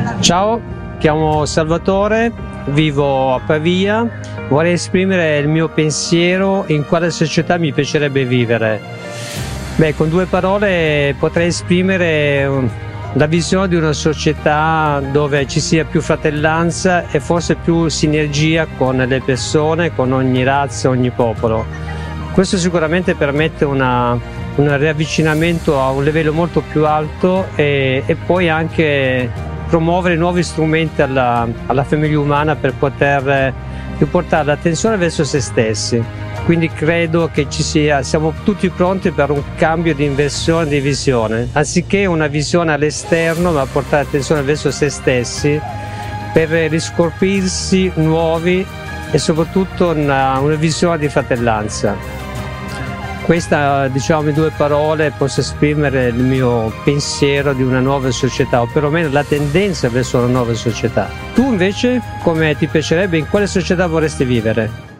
Ciao, chiamo Salvatore, vivo a Pavia, vorrei esprimere il mio pensiero in quale società mi piacerebbe vivere. Beh, con due parole potrei esprimere la visione di una società dove ci sia più fratellanza e forse più sinergia con le persone, con ogni razza, ogni popolo. Questo sicuramente permette un riavvicinamento a un livello molto più alto e poi anche promuovere nuovi strumenti alla famiglia umana per poter portare l'attenzione verso se stessi. Quindi credo che siamo tutti pronti per un cambio di inversione di visione, anziché una visione all'esterno, ma portare attenzione verso se stessi per riscoprirsi nuovi e soprattutto una visione di fratellanza. Questa, diciamo, in due parole posso esprimere il mio pensiero di una nuova società, o perlomeno la tendenza verso una nuova società. Tu invece come ti piacerebbe, in quale società vorresti vivere?